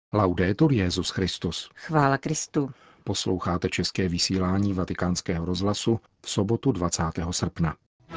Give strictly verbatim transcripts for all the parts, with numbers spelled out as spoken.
Laudetur Jesus Christus. Chvála Kristu. Posloucháte české vysílání Vatikánského rozhlasu v sobotu dvacátého srpna.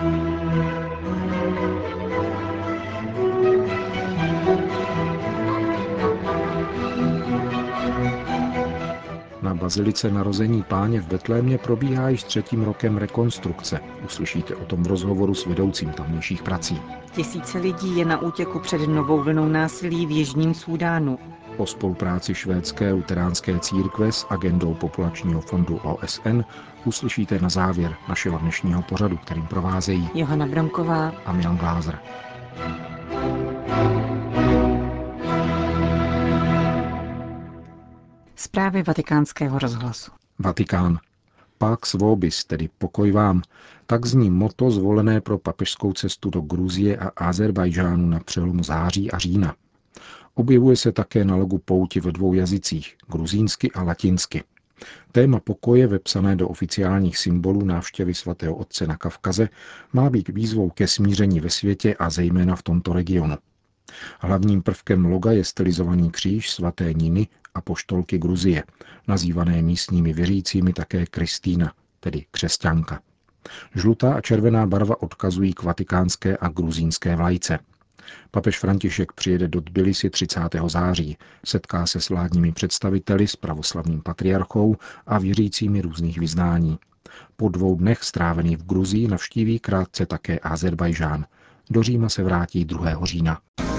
Na bazilice Narození Páně v Betlémě probíhá již třetím rokem rekonstrukce. Uslyšíte o tom v rozhovoru s vedoucím tamnějších prací. Tisíce lidí je na útěku před novou vlnou násilí v Jižním Súdánu. O spolupráci švédské luteránské církve s agendou populačního fondu O S N uslyšíte na závěr našeho dnešního pořadu, kterým provázejí Johana Bramková a Milan Glázer. Zprávy Vatikánského rozhlasu. Vatikán. Pax vobis, tedy pokoj vám, tak zní motto zvolené pro papežskou cestu do Gruzie a Ázerbájdžánu na přelomu září a října. Objevuje se také na logu pouti ve dvou jazycích, gruzínsky a latinsky. Téma pokoje, vepsané do oficiálních symbolů návštěvy svatého otce na Kavkaze, má být výzvou ke smíření ve světě a zejména v tomto regionu. Hlavním prvkem loga je stylizovaný kříž svaté Niny, apoštolky Gruzie, nazývané místními věřícími také Kristýna, tedy křesťanka. Žlutá a červená barva odkazují k vatikánské a gruzínské vlajce. Papež František přijede do Tbilisi třicátého září, setká se s vládními představiteli, s pravoslavným patriarchou a věřícími různých vyznání. Po dvou dnech strávených v Gruzii navštíví krátce také Ázerbájdžán. Do Říma se vrátí druhého října.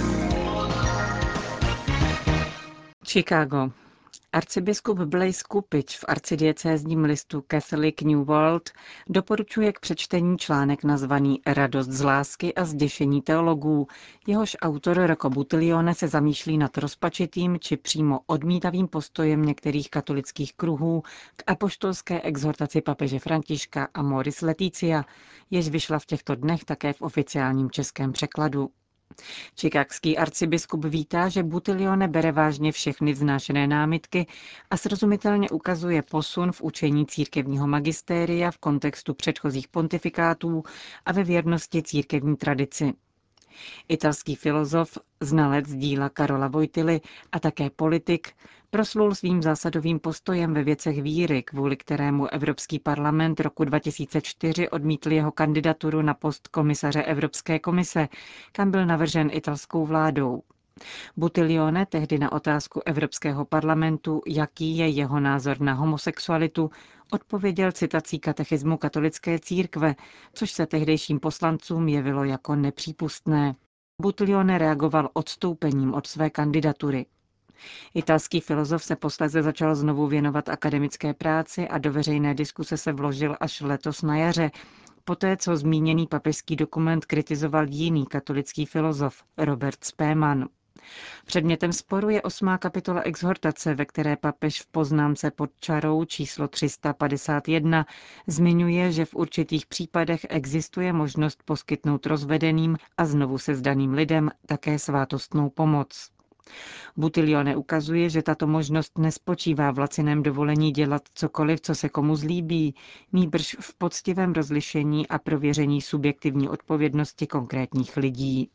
Chicago. Arcibiskup Blaise Cupich v arcidiecézním listu Catholic New World doporučuje k přečtení článek nazvaný Radost z lásky a zděšení teologů. Jehož autor Rocco Buttiglione se zamýšlí nad rozpačitým či přímo odmítavým postojem některých katolických kruhů k apoštolské exhortaci papeže Františka Amoris Laetitia, jež vyšla v těchto dnech také v oficiálním českém překladu. Chicagský arcibiskup vítá, že Buttiglione bere vážně všechny vznášené námitky a srozumitelně ukazuje posun v učení církevního magistéria v kontextu předchozích pontifikátů a ve věrnosti církevní tradici. Italský filozof, znalec díla Karola Wojtyly a také politik proslul svým zásadovým postojem ve věcech víry, kvůli kterému Evropský parlament roku dva tisíce čtyři odmítl jeho kandidaturu na post komisaře Evropské komise, kam byl navržen italskou vládou. Buttiglione tehdy na otázku Evropského parlamentu, jaký je jeho názor na homosexualitu, odpověděl citací katechismu katolické církve, což se tehdejším poslancům jevilo jako nepřípustné. Buttiglione reagoval odstoupením od své kandidatury. Italský filozof se posléze začal znovu věnovat akademické práci a do veřejné diskuse se vložil až letos na jaře, poté co zmíněný papežský dokument kritizoval jiný katolický filozof, Robert Spemann. Předmětem sporu je osmá kapitola exhortace, ve které papež v poznámce pod čarou číslo tři sta padesát jedna zmiňuje, že v určitých případech existuje možnost poskytnout rozvedeným a znovu sezdaným lidem také svátostnou pomoc. Buttiglione ukazuje, že tato možnost nespočívá v laciném dovolení dělat cokoliv, co se komu zlíbí, nýbrž v poctivém rozlišení a prověření subjektivní odpovědnosti konkrétních lidí.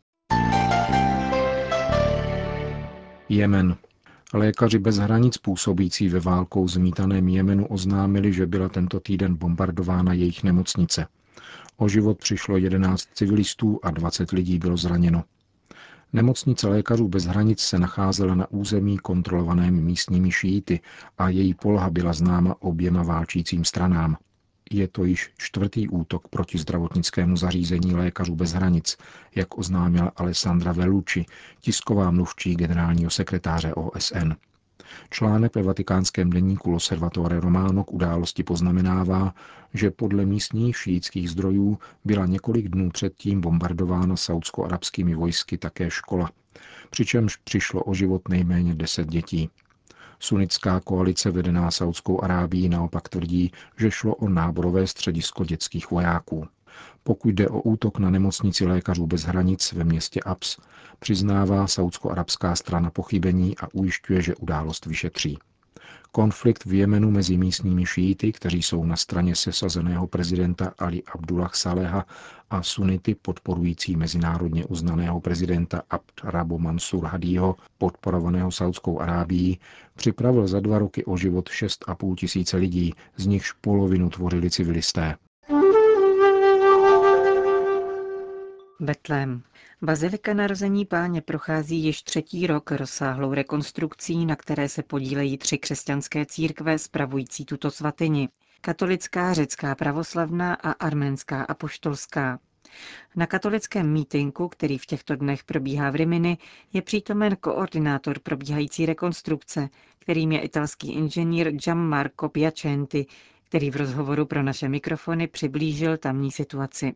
Jemen. Lékaři bez hranic působící ve válkou zmítaném Jemenu oznámili, že byla tento týden bombardována jejich nemocnice. O život přišlo jedenáct civilistů a dvacet lidí bylo zraněno. Nemocnice Lékařů bez hranic se nacházela na území kontrolovaném místními šíity a její poloha byla známa oběma válčícím stranám. Je to již čtvrtý útok proti zdravotnickému zařízení Lékařů bez hranic, jak oznámila Alessandra Vellucci, tisková mluvčí generálního sekretáře O S N. Článek ve vatikánském deníku L'Osservatore Romano k události poznamenává, že podle místních šíitských zdrojů byla několik dnů předtím bombardována saúdsko-arabskými vojsky také škola, přičemž přišlo o život nejméně deset dětí. Sunnická koalice vedená Saúdskou Arábií naopak tvrdí, že šlo o náborové středisko dětských vojáků. Pokud jde o útok na nemocnici Lékařů bez hranic ve městě Abs, přiznává saúdsko-arabská strana pochybení a ujišťuje, že událost vyšetří. Konflikt v Jemenu mezi místními šíity, kteří jsou na straně sesazeného prezidenta Ali Abdullah Saleha, a sunity podporující mezinárodně uznaného prezidenta Abd Rabu Mansur Hadího, podporovaného Saudskou Arábií, připravil za dva roky o život šest a půl tisíce lidí, z nichž polovinu tvořili civilisté. Betlém. Bazilika Narození Páně prochází již třetí rok rozsáhlou rekonstrukcí, na které se podílejí tři křesťanské církve spravující tuto svatyni. Katolická, řecká pravoslavná a arménská apoštolská. Na katolickém mítinku, který v těchto dnech probíhá v Rimini, je přítomen koordinátor probíhající rekonstrukce, kterým je italský inženýr Gianmarco Piacenti, který v rozhovoru pro naše mikrofony přiblížil tamní situaci.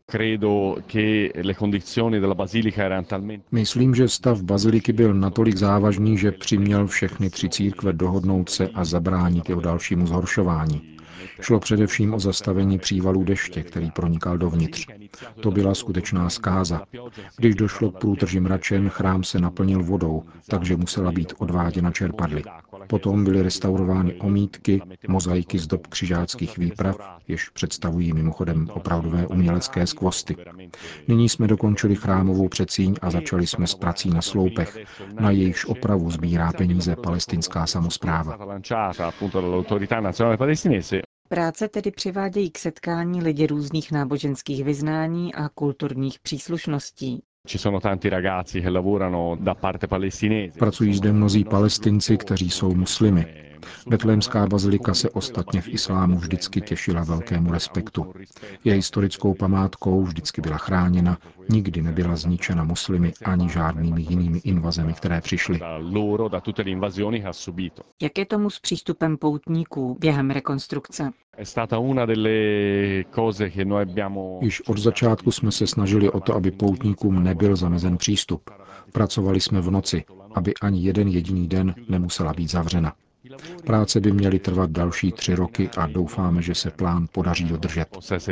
Myslím, že stav baziliky byl natolik závažný, že přiměl všechny tři církve dohodnout se a zabránit jeho dalšímu zhoršování. Šlo především o zastavení přívalů deště, který pronikal dovnitř. To byla skutečná zkáza. Když došlo k průtrži mračen, chrám se naplnil vodou, takže musela být odváděna čerpadly. Potom byly restaurovány omítky, mozaiky z dob křižáckých výprav, jež představují mimochodem opravdové umělecké skvosty. Nyní jsme dokončili chrámovou předsíň a začali jsme s prací na sloupech, na jejichž opravu sbírá peníze palestinská samospráva. Práce tedy přivádějí k setkání lidi různých náboženských vyznání a kulturních příslušností. Pracují zde mnozí Palestinci, kteří jsou muslimy. Betlémská bazilika se ostatně v islámu vždycky těšila velkému respektu. Je historickou památkou, vždycky byla chráněna, nikdy nebyla zničena muslimy ani žádnými jinými invazemi, které přišly. Jak je tomu s přístupem poutníků během rekonstrukce? Již od začátku jsme se snažili o to, aby poutníkům nebyl zamezen přístup. Pracovali jsme v noci, aby ani jeden jediný den nemusela být zavřena. Práce by měly trvat další tři roky a doufáme, že se plán podaří dodržet.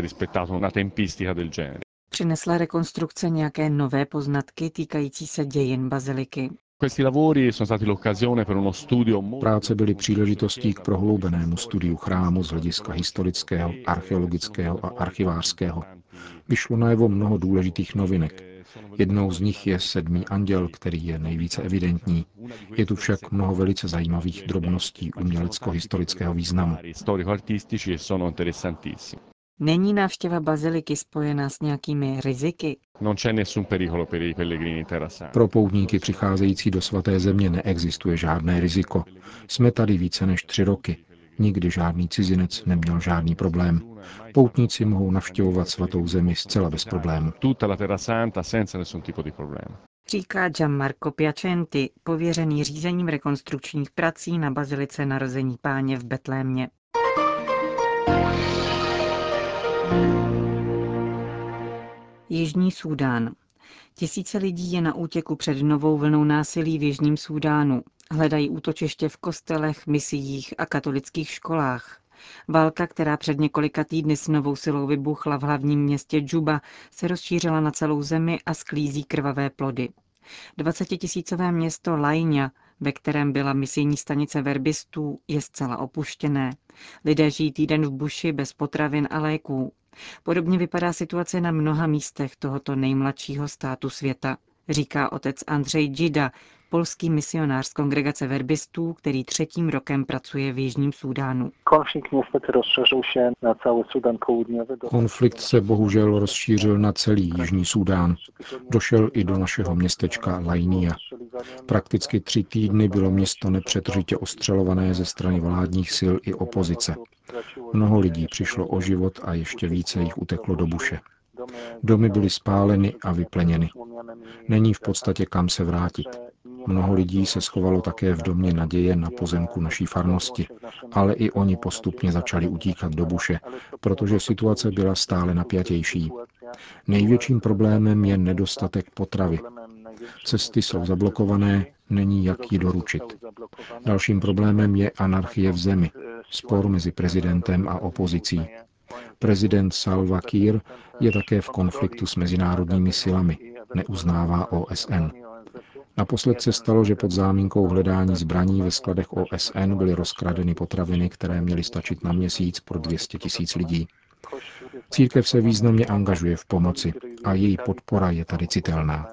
Přinesla rekonstrukce nějaké nové poznatky týkající se dějin baziliky? Práce byly příležitostí k prohloubenému studiu chrámu z hlediska historického, archeologického a archivářského. Vyšlo najevo mnoho důležitých novinek. Jednou z nich je sedmý anděl, který je nejvíce evidentní. Je tu však mnoho velice zajímavých drobností umělecko-historického významu. Není návštěva baziliky spojena s nějakými riziky? Pro poutníky přicházející do svaté země neexistuje žádné riziko. Jsme tady více než tři roky. Nikdy žádný cizinec neměl žádný problém. Poutníci mohou navštěvovat svatou zemi zcela bez problému. Říká Gianmarco Piacenti, pověřený řízením rekonstrukčních prací na bazilice Narození Páně v Betlémě. Jižní Súdán. Tisíce lidí je na útěku před novou vlnou násilí v Jižním Súdánu. Hledají útočiště v kostelech, misiích a katolických školách. Válka, která před několika týdny s novou silou vybuchla v hlavním městě Džuba, se rozšířila na celou zemi a sklízí krvavé plody. Dvacetitisícové město Lajňa, ve kterém byla misijní stanice verbistů, je zcela opuštěné. Lidé žijí týden v buši bez potravin a léků. Podobně vypadá situace na mnoha místech tohoto nejmladšího státu světa, říká otec Andřej Džida, polský misionář z kongregace verbistů, který třetím rokem pracuje v Jižním Súdánu. Konflikt se bohužel rozšířil na celý Jižní Súdán. Došel i do našeho městečka Lajnia. Prakticky tři týdny bylo město nepřetržitě ostřelované ze strany vládních sil i opozice. Mnoho lidí přišlo o život a ještě více jich uteklo do buše. Domy byly spáleny a vypleněny. Není v podstatě kam se vrátit. Mnoho lidí se schovalo také v domě naděje na pozemku naší farnosti, ale i oni postupně začali utíkat do buše, protože situace byla stále napjatější. Největším problémem je nedostatek potravy. Cesty jsou zablokované, není jak ji doručit. Dalším problémem je anarchie v zemi, spor mezi prezidentem a opozicí. Prezident Salva Kiir je také v konfliktu s mezinárodními silami, neuznává O S N. Naposled se stalo, že pod záminkou hledání zbraní ve skladech O S N byly rozkradeny potraviny, které měly stačit na měsíc pro dvě stě tisíc lidí. Církev se významně angažuje v pomoci a její podpora je tady citelná.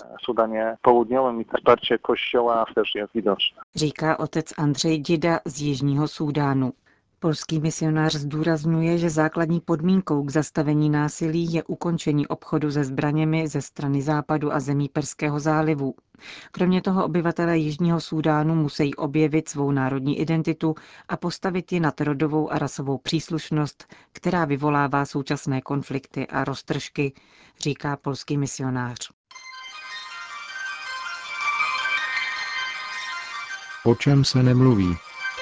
Říká otec Andřej Dida z Jižního Súdánu. Polský misionář zdůrazňuje, že základní podmínkou k zastavení násilí je ukončení obchodu se zbraněmi ze strany Západu a zemí Perského zálivu. Kromě toho obyvatelé Jižního Súdánu musí objevit svou národní identitu a postavit ji nad rodovou a rasovou příslušnost, která vyvolává současné konflikty a roztržky, říká polský misionář. O čem se nemluví?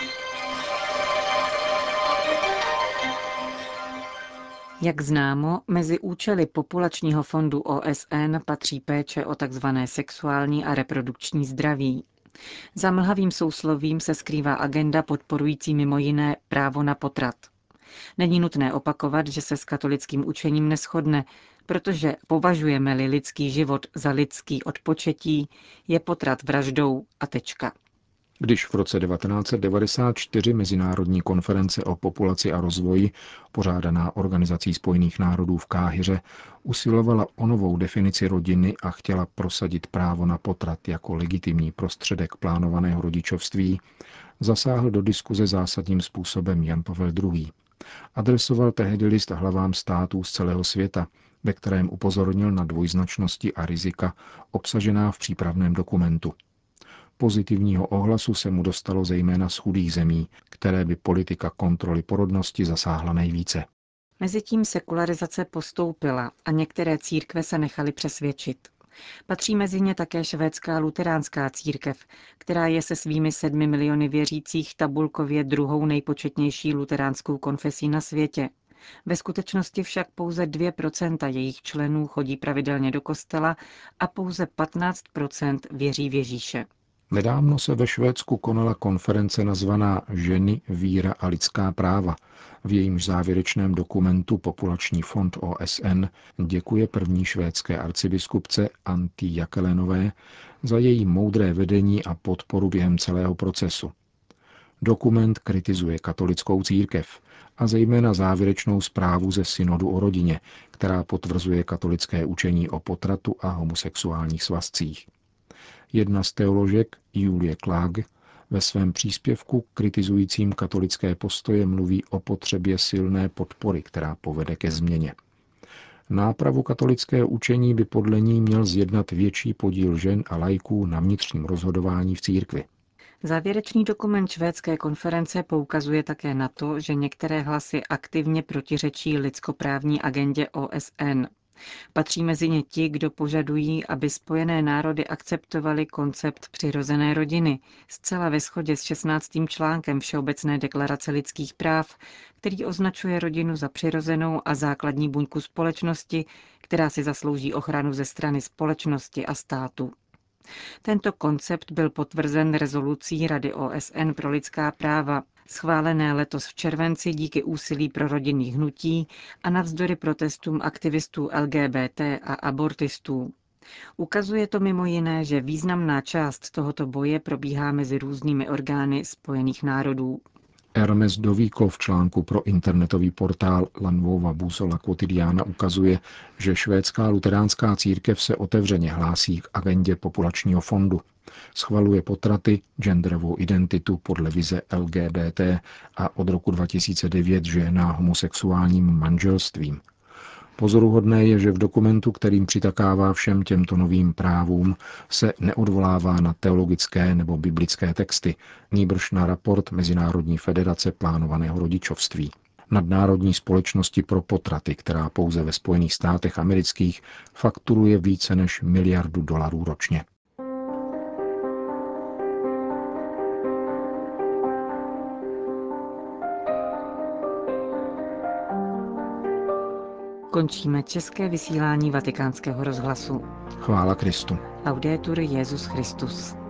Jak známo, mezi účely populačního fondu O S N patří péče o tzv. Sexuální a reprodukční zdraví. Za mlhavým souslovím se skrývá agenda podporující mimo jiné právo na potrat. Není nutné opakovat, že se s katolickým učením neshodne, protože považujeme-li lidský život za lidský od početí, je potrat vraždou a tečka. Když v roce devatenáct set devadesát čtyři Mezinárodní konference o populaci a rozvoji, pořádaná Organizací spojených národů v Káhiře, usilovala o novou definici rodiny a chtěla prosadit právo na potrat jako legitimní prostředek plánovaného rodičovství, zasáhl do diskuze zásadním způsobem Jan Pavel druhý. Adresoval tehdy list hlavám států z celého světa, ve kterém upozornil na dvojznačnosti a rizika obsažená v přípravném dokumentu. Pozitivního ohlasu se mu dostalo zejména z chudých zemí, které by politika kontroly porodnosti zasáhla nejvíce. Mezitím sekularizace postoupila a některé církve se nechaly přesvědčit. Patří mezi ně také švédská luteránská církev, která je se svými sedmi miliony věřících tabulkově druhou nejpočetnější luteránskou konfesí na světě. Ve skutečnosti však pouze dvě procenta jejich členů chodí pravidelně do kostela a pouze patnáct procent věří v Ježíše. Nedávno se ve Švédsku konala konference nazvaná Ženy, víra a lidská práva. V jejímž závěrečném dokumentu Populační fond O S N děkuje první švédské arcibiskupce Antti Jakalenové za její moudré vedení a podporu během celého procesu. Dokument kritizuje katolickou církev a zejména závěrečnou zprávu ze synodu o rodině, která potvrzuje katolické učení o potratu a homosexuálních svazcích. Jedna z teoložek, Julie Klag, ve svém příspěvku kritizujícím katolické postoje mluví o potřebě silné podpory, která povede ke změně. Nápravu katolického učení by podle ní měl zjednat větší podíl žen a laiků na vnitřním rozhodování v církvi. Závěrečný dokument švédské konference poukazuje také na to, že některé hlasy aktivně protiřečí lidskoprávní agendě O S N. Patří mezi ně ti, kdo požadují, aby Spojené národy akceptovaly koncept přirozené rodiny, zcela ve shodě s šestnáctým článkem Všeobecné deklarace lidských práv, který označuje rodinu za přirozenou a základní buňku společnosti, která si zaslouží ochranu ze strany společnosti a státu. Tento koncept byl potvrzen rezolucí Rady O S N pro lidská práva, schválené letos v červenci díky úsilí prorodinných hnutí a navzdory protestům aktivistů L G B T a abortistů. Ukazuje to mimo jiné, že významná část tohoto boje probíhá mezi různými orgány Spojených národů. Hermes Dovíko v článku pro internetový portál La Nuova Busola Quotidiana ukazuje, že švédská luteránská církev se otevřeně hlásí k agendě populačního fondu. Schvaluje potraty, genderovou identitu podle vize L G B T a od roku dva tisíce devět žehná homosexuálním manželstvím. Pozoruhodné je, že v dokumentu, kterým přitakává všem těmto novým právům, se neodvolává na teologické nebo biblické texty, nýbrž na raport Mezinárodní federace plánovaného rodičovství. Nadnárodní společnosti pro potraty, která pouze ve Spojených státech amerických fakturuje více než miliardu dolarů ročně. Končíme české vysílání Vatikánského rozhlasu. Chvála Kristu. Laudetur Jesus Christus.